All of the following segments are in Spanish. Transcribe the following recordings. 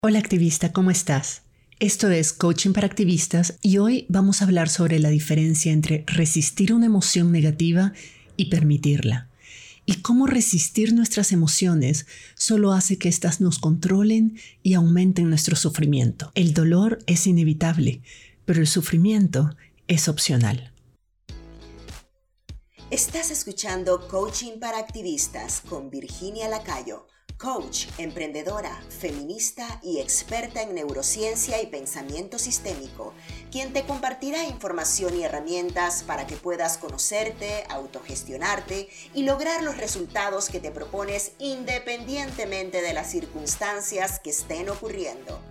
Hola activista, ¿cómo estás? Esto es Coaching para Activistas y hoy vamos a hablar sobre la diferencia entre resistir una emoción negativa y permitirla. Y cómo resistir nuestras emociones solo hace que éstas nos controlen y aumenten nuestro sufrimiento. El dolor es inevitable, pero el sufrimiento es opcional. Estás escuchando Coaching para Activistas con Virginia Lacayo, coach, emprendedora, feminista y experta en neurociencia y pensamiento sistémico, quien te compartirá información y herramientas para que puedas conocerte, autogestionarte y lograr los resultados que te propones independientemente de las circunstancias que estén ocurriendo.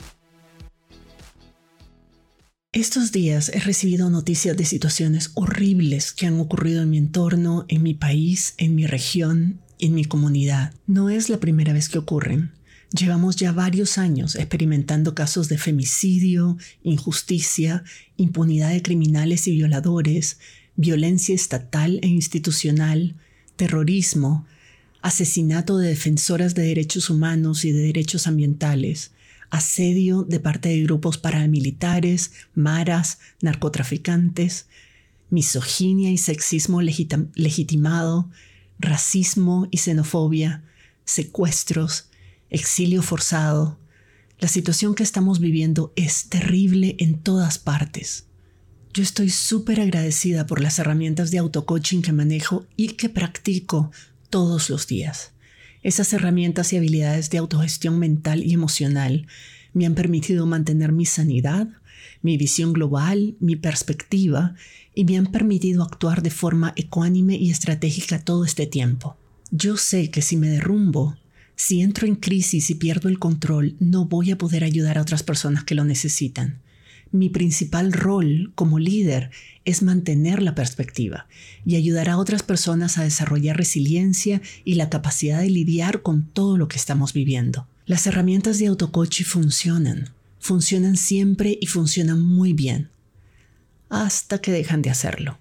Estos días he recibido noticias de situaciones horribles que han ocurrido en mi entorno, en mi país, en mi región, en mi comunidad. No es la primera vez que ocurren. Llevamos ya varios años experimentando casos de femicidio, injusticia, impunidad de criminales y violadores, violencia estatal e institucional, terrorismo, asesinato de defensoras de derechos humanos y de derechos ambientales, asedio de parte de grupos paramilitares, maras, narcotraficantes, misoginia y sexismo legitimado, racismo y xenofobia, secuestros, exilio forzado. La situación que estamos viviendo es terrible en todas partes. Yo estoy súper agradecida por las herramientas de autocoaching que manejo y que practico todos los días. Esas herramientas y habilidades de autogestión mental y emocional me han permitido mantener mi sanidad, mi visión global, mi perspectiva y me han permitido actuar de forma ecuánime y estratégica todo este tiempo. Yo sé que si me derrumbo, si entro en crisis y pierdo el control, no voy a poder ayudar a otras personas que lo necesitan. Mi principal rol como líder es mantener la perspectiva y ayudar a otras personas a desarrollar resiliencia y la capacidad de lidiar con todo lo que estamos viviendo. Las herramientas de autocoaching funcionan siempre y funcionan muy bien, hasta que dejan de hacerlo.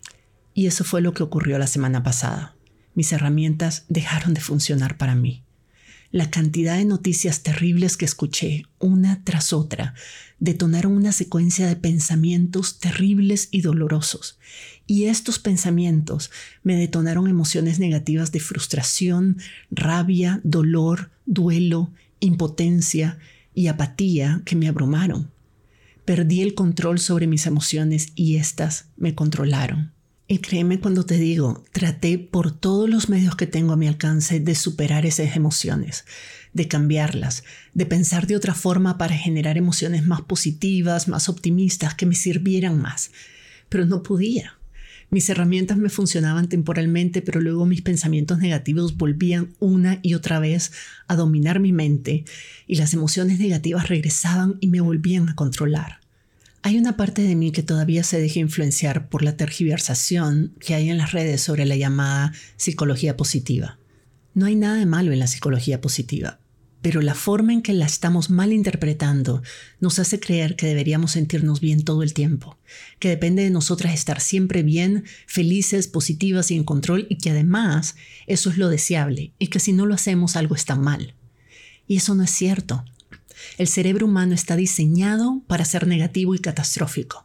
Y eso fue lo que ocurrió la semana pasada. Mis herramientas dejaron de funcionar para mí. La cantidad de noticias terribles que escuché, una tras otra, detonaron una secuencia de pensamientos terribles y dolorosos. Y estos pensamientos me detonaron emociones negativas de frustración, rabia, dolor, duelo, impotencia y apatía que me abrumaron. Perdí el control sobre mis emociones y éstas me controlaron. Y créeme cuando te digo, traté por todos los medios que tengo a mi alcance de superar esas emociones, de cambiarlas, de pensar de otra forma para generar emociones más positivas, más optimistas, que me sirvieran más. Pero no podía. Mis herramientas me funcionaban temporalmente, pero luego mis pensamientos negativos volvían una y otra vez a dominar mi mente y las emociones negativas regresaban y me volvían a controlar. Hay una parte de mí que todavía se deja influenciar por la tergiversación que hay en las redes sobre la llamada psicología positiva. No hay nada de malo en la psicología positiva, pero la forma en que la estamos malinterpretando nos hace creer que deberíamos sentirnos bien todo el tiempo, que depende de nosotras estar siempre bien, felices, positivas y en control, y que además eso es lo deseable y que si no lo hacemos algo está mal. Y eso no es cierto. El cerebro humano está diseñado para ser negativo y catastrófico.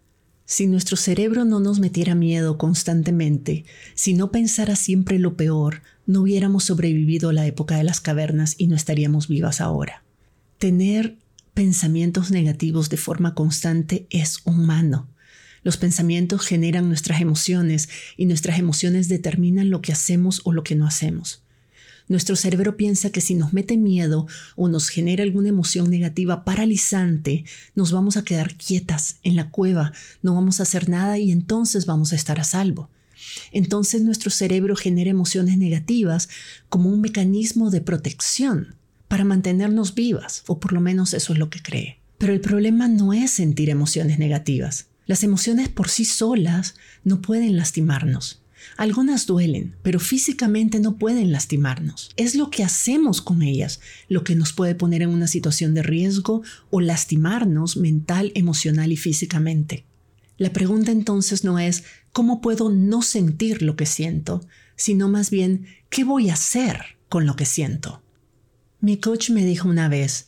Si nuestro cerebro no nos metiera miedo constantemente, si no pensara siempre lo peor, no hubiéramos sobrevivido a la época de las cavernas y no estaríamos vivas ahora. Tener pensamientos negativos de forma constante es humano. Los pensamientos generan nuestras emociones y nuestras emociones determinan lo que hacemos o lo que no hacemos. Nuestro cerebro piensa que si nos mete miedo o nos genera alguna emoción negativa paralizante, nos vamos a quedar quietas en la cueva, no vamos a hacer nada y entonces vamos a estar a salvo. Entonces nuestro cerebro genera emociones negativas como un mecanismo de protección para mantenernos vivas, o por lo menos eso es lo que cree. Pero el problema no es sentir emociones negativas. Las emociones por sí solas no pueden lastimarnos. Algunas duelen, pero físicamente no pueden lastimarnos. Es lo que hacemos con ellas lo que nos puede poner en una situación de riesgo o lastimarnos mental, emocional y físicamente. La pregunta entonces no es ¿cómo puedo no sentir lo que siento?, sino más bien ¿qué voy a hacer con lo que siento? Mi coach me dijo una vez,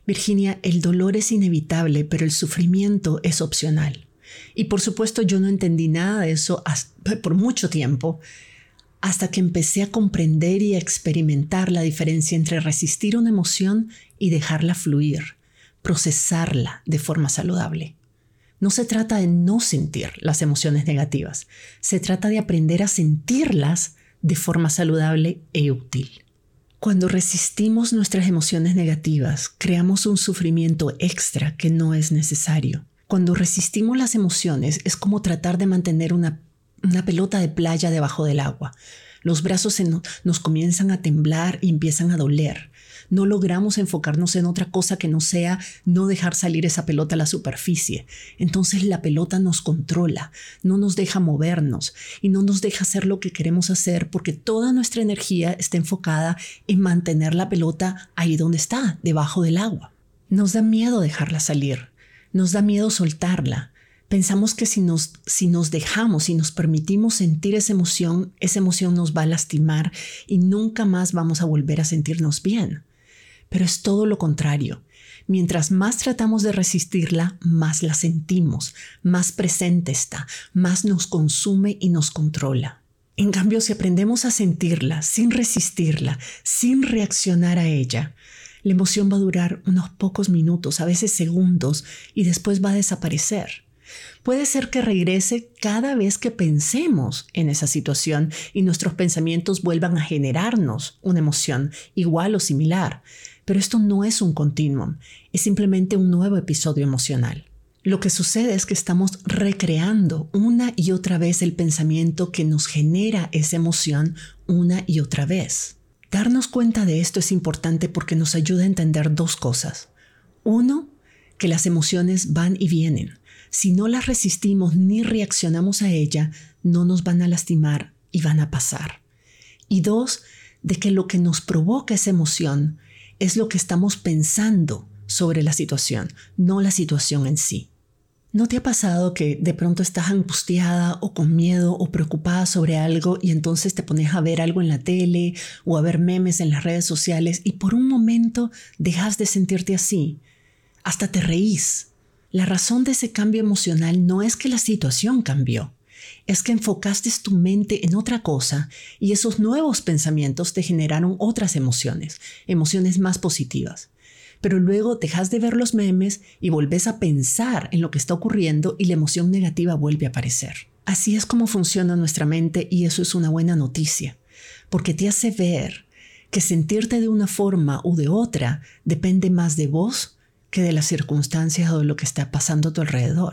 Virginia, el dolor es inevitable, pero el sufrimiento es opcional. Y por supuesto yo no entendí nada de eso por mucho tiempo, hasta que empecé a comprender y a experimentar la diferencia entre resistir una emoción y dejarla fluir, procesarla de forma saludable. No se trata de no sentir las emociones negativas, se trata de aprender a sentirlas de forma saludable e útil. Cuando resistimos nuestras emociones negativas, creamos un sufrimiento extra que no es necesario. Cuando resistimos las emociones es como tratar de mantener una pelota de playa debajo del agua. Los brazos nos comienzan a temblar y empiezan a doler. No logramos enfocarnos en otra cosa que no sea no dejar salir esa pelota a la superficie. Entonces la pelota nos controla, no nos deja movernos y no nos deja hacer lo que queremos hacer porque toda nuestra energía está enfocada en mantener la pelota ahí donde está, debajo del agua. Nos da miedo dejarla salir, nos da miedo soltarla. Pensamos que si nos dejamos, si nos permitimos sentir esa emoción nos va a lastimar y nunca más vamos a volver a sentirnos bien. Pero es todo lo contrario. Mientras más tratamos de resistirla, más la sentimos, más presente está, más nos consume y nos controla. En cambio, si aprendemos a sentirla, sin resistirla, sin reaccionar a ella, la emoción va a durar unos pocos minutos, a veces segundos, y después va a desaparecer. Puede ser que regrese cada vez que pensemos en esa situación y nuestros pensamientos vuelvan a generarnos una emoción igual o similar. Pero esto no es un continuum, es simplemente un nuevo episodio emocional. Lo que sucede es que estamos recreando una y otra vez el pensamiento que nos genera esa emoción una y otra vez. Darnos cuenta de esto es importante porque nos ayuda a entender dos cosas. Uno, que las emociones van y vienen. Si no las resistimos ni reaccionamos a ella, no nos van a lastimar y van a pasar. Y dos, de que lo que nos provoca esa emoción es lo que estamos pensando sobre la situación, no la situación en sí. ¿No te ha pasado que de pronto estás angustiada o con miedo o preocupada sobre algo y entonces te pones a ver algo en la tele o a ver memes en las redes sociales y por un momento dejas de sentirte así? Hasta te reís. La razón de ese cambio emocional no es que la situación cambió, es que enfocaste tu mente en otra cosa y esos nuevos pensamientos te generaron otras emociones más positivas. Pero luego dejas de ver los memes y volvés a pensar en lo que está ocurriendo y la emoción negativa vuelve a aparecer. Así es como funciona nuestra mente y eso es una buena noticia, porque te hace ver que sentirte de una forma u de otra depende más de vos que de las circunstancias o de lo que está pasando a tu alrededor.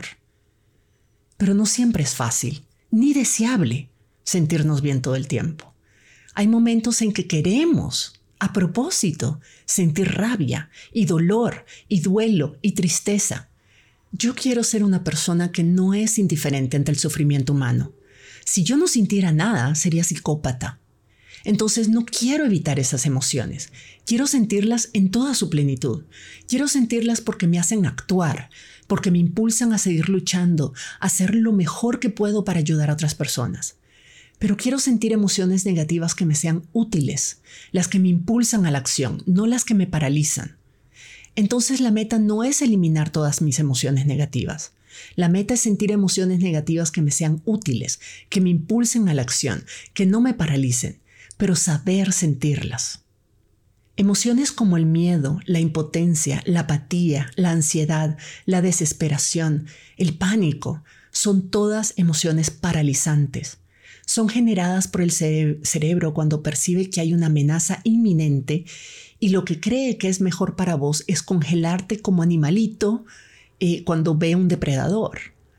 Pero no siempre es fácil, ni deseable, sentirnos bien todo el tiempo. Hay momentos en que queremos, a propósito, sentir rabia y dolor y duelo y tristeza. Yo quiero ser una persona que no es indiferente ante el sufrimiento humano. Si yo no sintiera nada, sería psicópata. Entonces no quiero evitar esas emociones. Quiero sentirlas en toda su plenitud. Quiero sentirlas porque me hacen actuar, porque me impulsan a seguir luchando, a hacer lo mejor que puedo para ayudar a otras personas. Pero quiero sentir emociones negativas que me sean útiles, las que me impulsan a la acción, no las que me paralizan. Entonces la meta no es eliminar todas mis emociones negativas. La meta es sentir emociones negativas que me sean útiles, que me impulsen a la acción, que no me paralicen, pero saber sentirlas. Emociones como el miedo, la impotencia, la apatía, la ansiedad, la desesperación, el pánico, son todas emociones paralizantes. Son generadas por el cerebro cuando percibe que hay una amenaza inminente y lo que cree que es mejor para vos es congelarte como animalito cuando ve un depredador.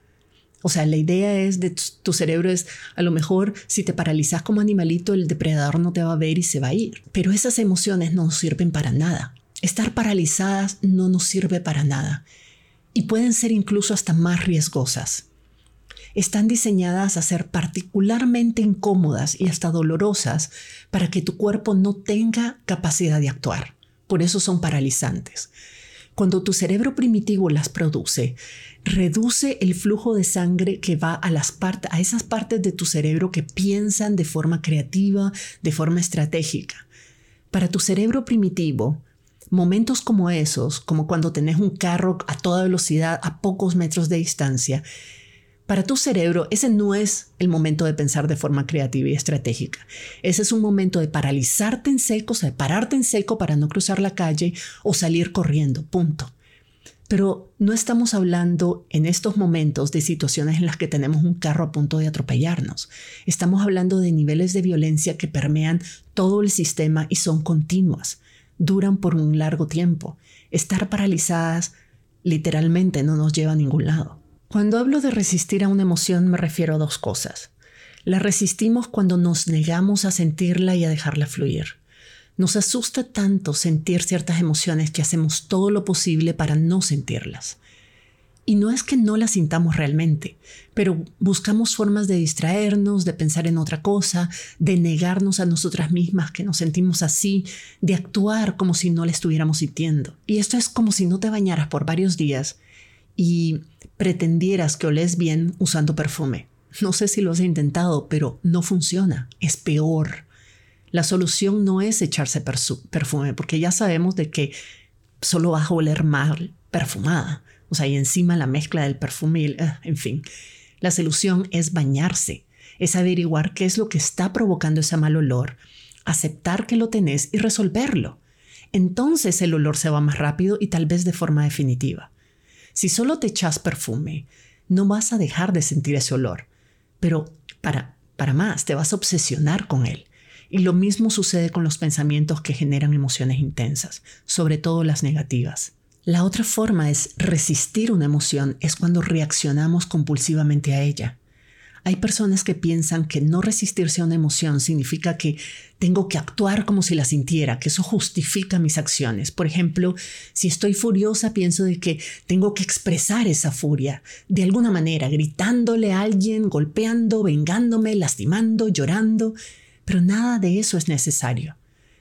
O sea, la idea es de tu cerebro es, a lo mejor, si te paralizas como animalito, el depredador no te va a ver y se va a ir. Pero esas emociones no nos sirven para nada. Estar paralizadas no nos sirve para nada. Y pueden ser incluso hasta más riesgosas. Están diseñadas a ser particularmente incómodas y hasta dolorosas para que tu cuerpo no tenga capacidad de actuar. Por eso son paralizantes. Cuando tu cerebro primitivo las produce, reduce el flujo de sangre que va a esas partes de tu cerebro que piensan de forma creativa, de forma estratégica. Para tu cerebro primitivo, Momentos como esos, como cuando tenés un carro a toda velocidad a pocos metros de distancia, para tu cerebro ese no es el momento de pensar de forma creativa y estratégica. Ese es un momento de paralizarte en seco, o sea, de pararte en seco para no cruzar la calle o salir corriendo, punto. Pero no estamos hablando en estos momentos de situaciones en las que tenemos un carro a punto de atropellarnos. Estamos hablando de niveles de violencia que permean todo el sistema y son continuas, duran por un largo tiempo. Estar paralizadas literalmente no nos lleva a ningún lado. Cuando hablo de resistir a una emoción me refiero a dos cosas. La resistimos cuando nos negamos a sentirla y a dejarla fluir. Nos asusta tanto sentir ciertas emociones que hacemos todo lo posible para no sentirlas. Y no es que no las sintamos realmente, pero buscamos formas de distraernos, de pensar en otra cosa, de negarnos a nosotras mismas que nos sentimos así, de actuar como si no la estuviéramos sintiendo. Y esto es como si no te bañaras por varios días y pretendieras que olés bien usando perfume. No sé si lo has intentado, pero no funciona. Es peor. La solución no es echarse perfume, porque ya sabemos de que solo vas a oler mal perfumada. O sea, y encima la mezcla del perfume y en fin. La solución es bañarse, es averiguar qué es lo que está provocando ese mal olor, aceptar que lo tenés y resolverlo. Entonces el olor se va más rápido y tal vez de forma definitiva. Si solo te echas perfume, no vas a dejar de sentir ese olor, pero para más, te vas a obsesionar con él. Y lo mismo sucede con los pensamientos que generan emociones intensas, sobre todo las negativas. La otra forma es resistir una emoción, es cuando reaccionamos compulsivamente a ella. Hay personas que piensan que no resistirse a una emoción significa que tengo que actuar como si la sintiera, que eso justifica mis acciones. Por ejemplo, si estoy furiosa, pienso de que tengo que expresar esa furia de alguna manera, gritándole a alguien, golpeando, vengándome, lastimando, llorando. Pero nada de eso es necesario.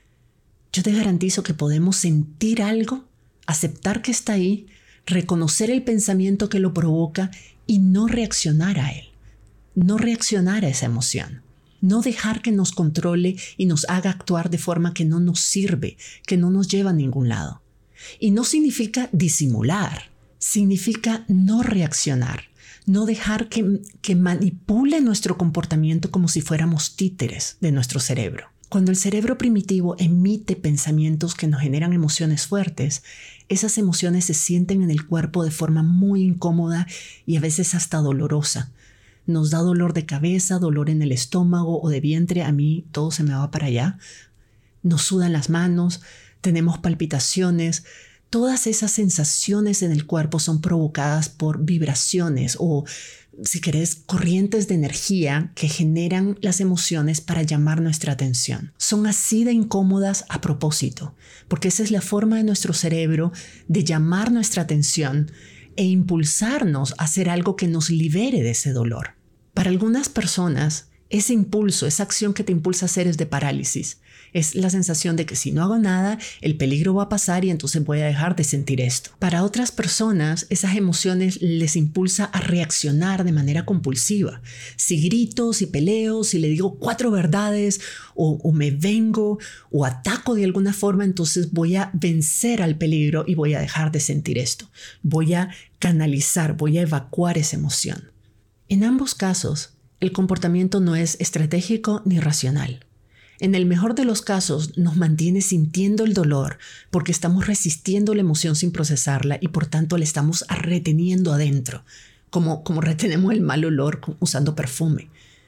Yo te garantizo que podemos sentir algo, aceptar que está ahí, reconocer el pensamiento que lo provoca y no reaccionar a él. No reaccionar a esa emoción, no dejar que nos controle y nos haga actuar de forma que no nos sirve, que no nos lleva a ningún lado. Y no significa disimular, significa no reaccionar, no dejar que manipule nuestro comportamiento como si fuéramos títeres de nuestro cerebro. Cuando el cerebro primitivo emite pensamientos que nos generan emociones fuertes, esas emociones se sienten en el cuerpo de forma muy incómoda y a veces hasta dolorosa. Nos da dolor de cabeza, dolor en el estómago o de vientre. A mí todo se me va para allá. Nos sudan las manos, tenemos palpitaciones. Todas esas sensaciones en el cuerpo son provocadas por vibraciones o, si querés, corrientes de energía que generan las emociones para llamar nuestra atención. Son así de incómodas a propósito, porque esa es la forma de nuestro cerebro de llamar nuestra atención e impulsarnos a hacer algo que nos libere de ese dolor. Para algunas personas, ese impulso, esa acción que te impulsa a hacer es de parálisis. Es la sensación de que si no hago nada, el peligro va a pasar y entonces voy a dejar de sentir esto. Para otras personas, esas emociones les impulsa a reaccionar de manera compulsiva. Si grito, si peleo, si le digo 4 verdades o me vengo o ataco de alguna forma, entonces voy a vencer al peligro y voy a dejar de sentir esto. Voy a canalizar, voy a evacuar esa emoción. En ambos casos, el comportamiento no es estratégico ni racional. En el mejor de los casos, nos mantiene sintiendo el dolor porque estamos resistiendo la emoción sin procesarla y por tanto la estamos reteniendo adentro, como retenemos el mal olor usando perfume.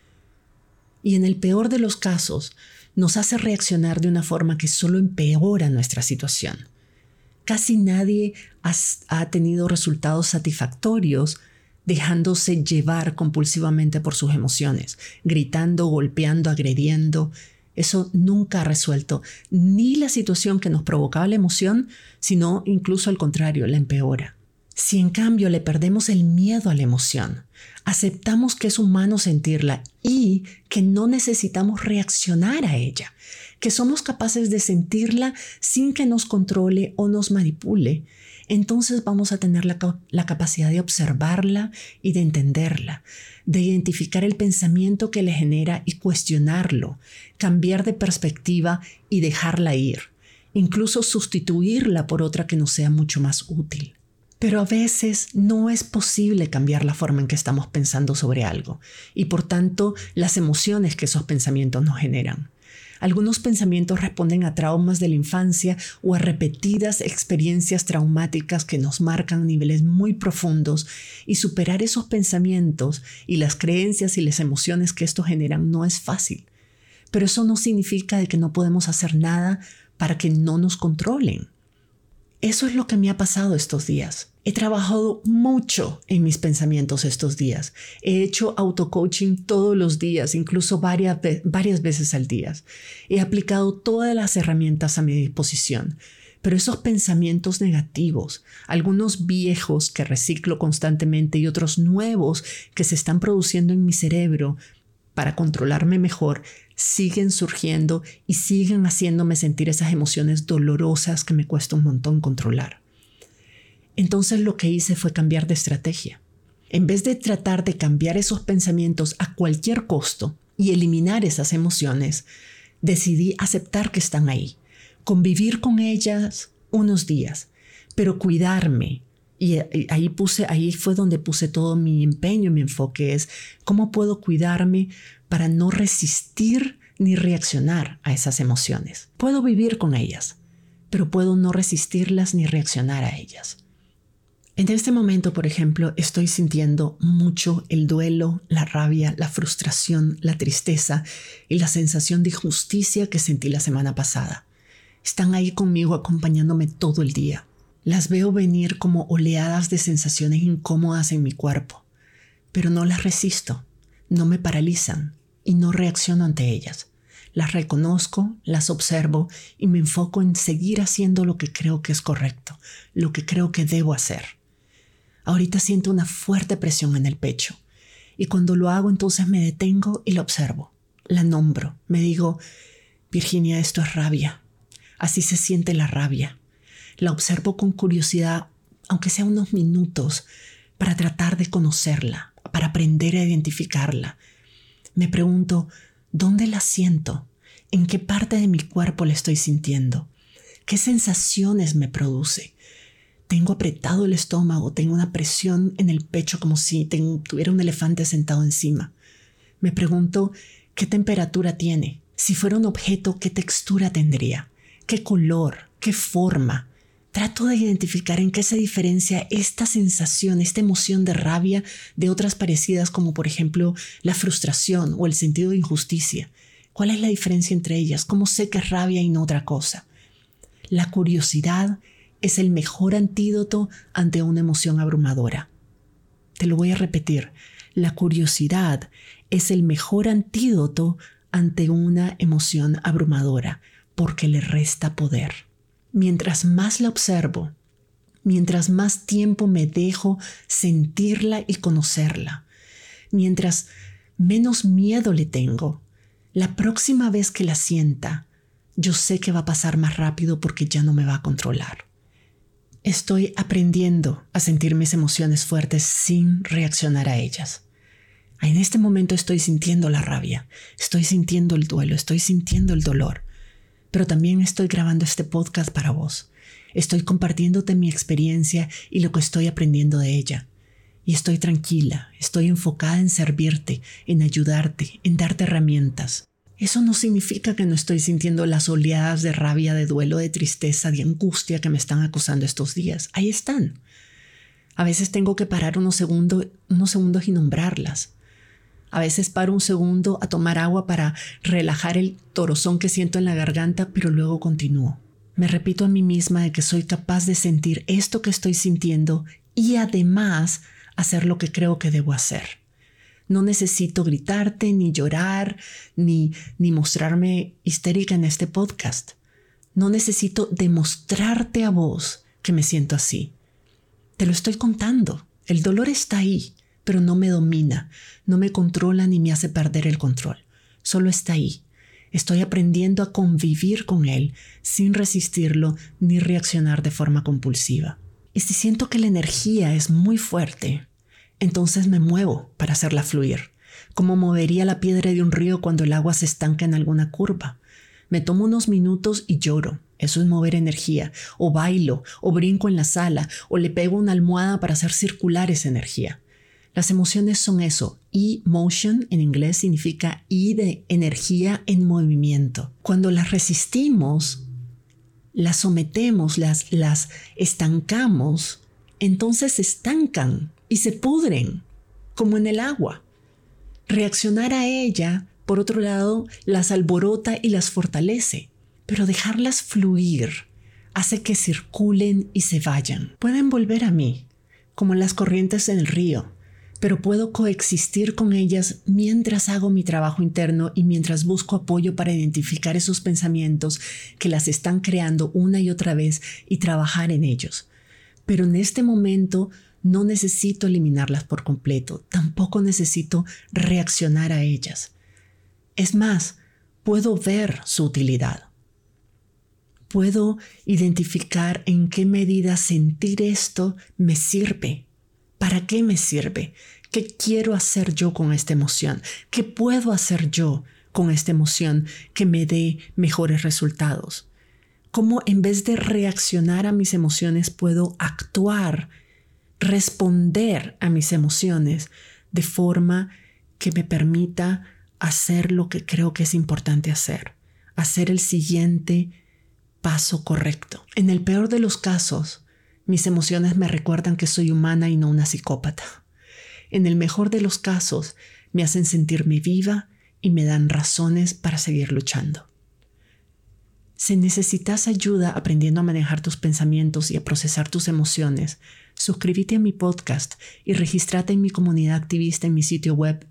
Y en el peor de los casos, nos hace reaccionar de una forma que solo empeora nuestra situación. Casi nadie ha tenido resultados satisfactorios dejándose llevar compulsivamente por sus emociones, gritando, golpeando, agrediendo. Eso nunca ha resuelto ni la situación que nos provocaba la emoción, sino incluso al contrario, la empeora. Si en cambio le perdemos el miedo a la emoción, aceptamos que es humano sentirla y que no necesitamos reaccionar a ella, que somos capaces de sentirla sin que nos controle o nos manipule, entonces vamos a tener la capacidad de observarla y de entenderla, de identificar el pensamiento que le genera y cuestionarlo, cambiar de perspectiva y dejarla ir. incluso sustituirla por otra que nos sea mucho más útil. Pero a veces no es posible cambiar la forma en que estamos pensando sobre algo y por tanto las emociones que esos pensamientos nos generan. Algunos pensamientos responden a traumas de la infancia o a repetidas experiencias traumáticas que nos marcan a niveles muy profundos, y superar esos pensamientos y las creencias y las emociones que estos generan no es fácil. Pero eso no significa de que no podemos hacer nada para que no nos controlen. Eso es lo que me ha pasado estos días. He trabajado mucho en mis pensamientos estos días. He hecho auto-coaching todos los días, incluso varias veces al día. He aplicado todas las herramientas a mi disposición. Pero esos pensamientos negativos, algunos viejos que reciclo constantemente y otros nuevos que se están produciendo en mi cerebro para controlarme mejor, siguen surgiendo y siguen haciéndome sentir esas emociones dolorosas que me cuesta un montón controlar. Entonces lo que hice fue cambiar de estrategia. En vez de tratar de cambiar esos pensamientos a cualquier costo y eliminar esas emociones, decidí aceptar que están ahí, convivir con ellas unos días, pero cuidarme. Y ahí fue donde puse todo mi empeño y mi enfoque, es cómo puedo cuidarme para no resistir ni reaccionar a esas emociones. Puedo vivir con ellas, pero puedo no resistirlas ni reaccionar a ellas. En este momento, por ejemplo, estoy sintiendo mucho el duelo, la rabia, la frustración, la tristeza y la sensación de injusticia que sentí la semana pasada. Están ahí conmigo acompañándome todo el día. Las veo venir como oleadas de sensaciones incómodas en mi cuerpo, pero no las resisto, no me paralizan y no reacciono ante ellas. Las reconozco, las observo y me enfoco en seguir haciendo lo que creo que es correcto, lo que creo que debo hacer. Ahorita siento una fuerte presión en el pecho y cuando lo hago entonces me detengo y la observo, la nombro, me digo, Virginia, esto es rabia, así se siente la rabia. La observo con curiosidad, aunque sea unos minutos, para tratar de conocerla, para aprender a identificarla. Me pregunto, ¿dónde la siento? ¿En qué parte de mi cuerpo la estoy sintiendo? ¿Qué sensaciones me produce? ¿Tengo apretado el estómago? ¿Tengo una presión en el pecho como si tuviera un elefante sentado encima? Me pregunto, ¿qué temperatura tiene? Si fuera un objeto, ¿qué textura tendría? ¿Qué color? ¿Qué forma? Trato de identificar en qué se diferencia esta sensación, esta emoción de rabia de otras parecidas como por ejemplo la frustración o el sentido de injusticia. ¿Cuál es la diferencia entre ellas? ¿Cómo sé que es rabia y no otra cosa? La curiosidad es el mejor antídoto ante una emoción abrumadora. Te lo voy a repetir. La curiosidad es el mejor antídoto ante una emoción abrumadora porque le resta poder. Mientras más la observo, mientras más tiempo me dejo sentirla y conocerla, mientras menos miedo le tengo, la próxima vez que la sienta, yo sé que va a pasar más rápido porque ya no me va a controlar. Estoy aprendiendo a sentir mis emociones fuertes sin reaccionar a ellas. En este momento estoy sintiendo la rabia, estoy sintiendo el duelo, estoy sintiendo el dolor. Pero también estoy grabando este podcast para vos. Estoy compartiéndote mi experiencia y lo que estoy aprendiendo de ella. Y estoy tranquila, estoy enfocada en servirte, en ayudarte, en darte herramientas. Eso no significa que no estoy sintiendo las oleadas de rabia, de duelo, de tristeza, de angustia que me están acosando estos días. Ahí están. A veces tengo que parar unos segundos y nombrarlas. A veces paro un segundo a tomar agua para relajar el torzón que siento en la garganta, pero luego continúo. Me repito a mí misma de que soy capaz de sentir esto que estoy sintiendo y además hacer lo que creo que debo hacer. No necesito gritarte, ni llorar, ni mostrarme histérica en este podcast. No necesito demostrarte a vos que me siento así. Te lo estoy contando. El dolor está ahí, pero no me domina, no me controla ni me hace perder el control. Solo está ahí. Estoy aprendiendo a convivir con él sin resistirlo ni reaccionar de forma compulsiva. Y si siento que la energía es muy fuerte, entonces me muevo para hacerla fluir, como movería la piedra de un río cuando el agua se estanca en alguna curva. Me tomo unos minutos y lloro, Eso es mover energía. O bailo, o brinco en la sala, o le pego una almohada para hacer circular esa energía. Las emociones son eso. Emotion en inglés significa I de energía en movimiento. Cuando las resistimos, las sometemos, las estancamos, entonces se estancan y se pudren, como en el agua. Reaccionar a ella, por otro lado, las alborota y las fortalece, pero dejarlas fluir hace que circulen y se vayan. Pueden volver a mí, como las corrientes en el río, pero puedo coexistir con ellas mientras hago mi trabajo interno y mientras busco apoyo para identificar esos pensamientos que las están creando una y otra vez y trabajar en ellos. Pero en este momento no necesito eliminarlas por completo, tampoco necesito reaccionar a ellas. Es más, puedo ver su utilidad. Puedo identificar en qué medida sentir esto me sirve. ¿Para qué me sirve? ¿Qué quiero hacer yo con esta emoción? ¿Qué puedo hacer yo con esta emoción que me dé mejores resultados? ¿Cómo en vez de reaccionar a mis emociones puedo actuar, responder a mis emociones de forma que me permita hacer lo que creo que es importante hacer el siguiente paso correcto? En el peor de los casos, mis emociones me recuerdan que soy humana y no una psicópata. En el mejor de los casos, me hacen sentirme viva y me dan razones para seguir luchando. Si necesitas ayuda aprendiendo a manejar tus pensamientos y a procesar tus emociones, suscríbete a mi podcast y regístrate en mi comunidad activista en mi sitio web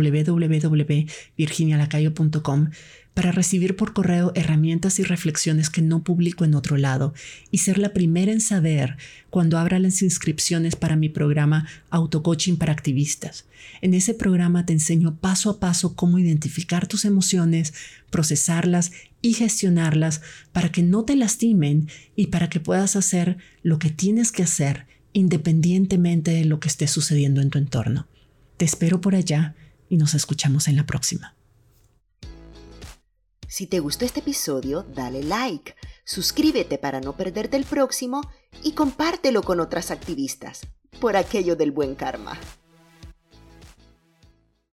www.virginialacayo.com para recibir por correo herramientas y reflexiones que no publico en otro lado y ser la primera en saber cuando abra las inscripciones para mi programa Autocoaching para Activistas. En ese programa te enseño paso a paso cómo identificar tus emociones, procesarlas y gestionarlas para que no te lastimen y para que puedas hacer lo que tienes que hacer independientemente de lo que esté sucediendo en tu entorno. Te espero por allá y nos escuchamos en la próxima. Si te gustó este episodio, dale like, suscríbete para no perderte el próximo y compártelo con otras activistas, por aquello del buen karma.